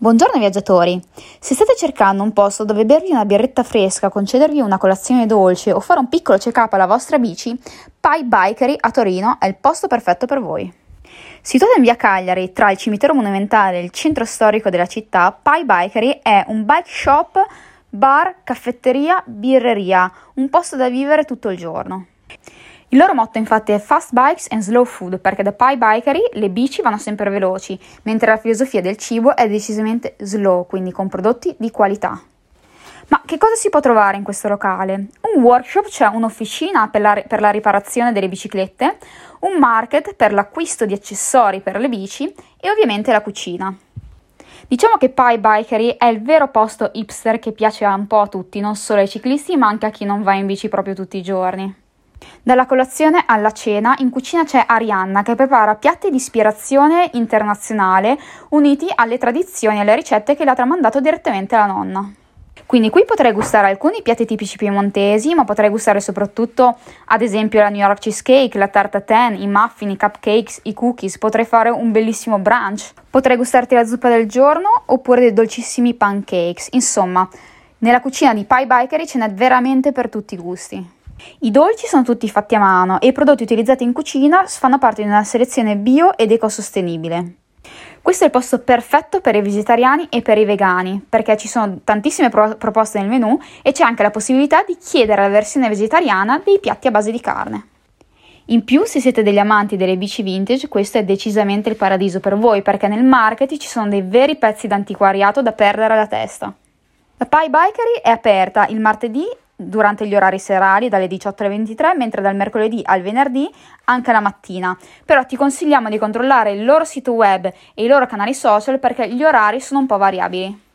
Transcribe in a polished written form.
Buongiorno viaggiatori! Se state cercando un posto dove bervi una birretta fresca, concedervi una colazione dolce o fare un piccolo check-up alla vostra bici, Pi Bikery a Torino è il posto perfetto per voi. Situato in via Cagliari, tra il cimitero monumentale e il centro storico della città, Pi Bikery è un bike shop, bar, caffetteria, birreria, un posto da vivere tutto il giorno. Il loro motto infatti è Fast Bikes and Slow Food, perché da Pi Bikery le bici vanno sempre veloci, mentre la filosofia del cibo è decisamente slow, quindi con prodotti di qualità. Ma che cosa si può trovare in questo locale? Un workshop, cioè un'officina per la riparazione delle biciclette, un market per l'acquisto di accessori per le bici e ovviamente la cucina. Diciamo che Pi Bikery è il vero posto hipster che piace un po' a tutti, non solo ai ciclisti ma anche a chi non va in bici proprio tutti i giorni. Dalla colazione alla cena, in cucina c'è Arianna che prepara piatti di ispirazione internazionale uniti alle tradizioni e alle ricette che le ha tramandato direttamente la nonna. Quindi qui potrei gustare alcuni piatti tipici piemontesi, ma potrei gustare soprattutto, ad esempio, la New York cheesecake, la tarta tatin, i muffin, i cupcakes, i cookies. Potrei fare un bellissimo brunch. Potrei gustarti la zuppa del giorno oppure dei dolcissimi pancakes. Insomma, nella cucina di Pi Bikery ce n'è veramente per tutti i gusti. I dolci sono tutti fatti a mano e i prodotti utilizzati in cucina fanno parte di una selezione bio ed ecosostenibile. Questo è il posto perfetto per i vegetariani e per i vegani, perché ci sono tantissime proposte nel menù e c'è anche la possibilità di chiedere la versione vegetariana dei piatti a base di carne. In più, se siete degli amanti delle bici vintage, questo è decisamente il paradiso per voi, perché nel market ci sono dei veri pezzi d'antiquariato da perdere la testa. La Pi Bikery è aperta il martedì durante gli orari serali dalle 18 alle 23, mentre dal mercoledì al venerdì anche la mattina. Però ti consigliamo di controllare il loro sito web e i loro canali social perché gli orari sono un po' variabili.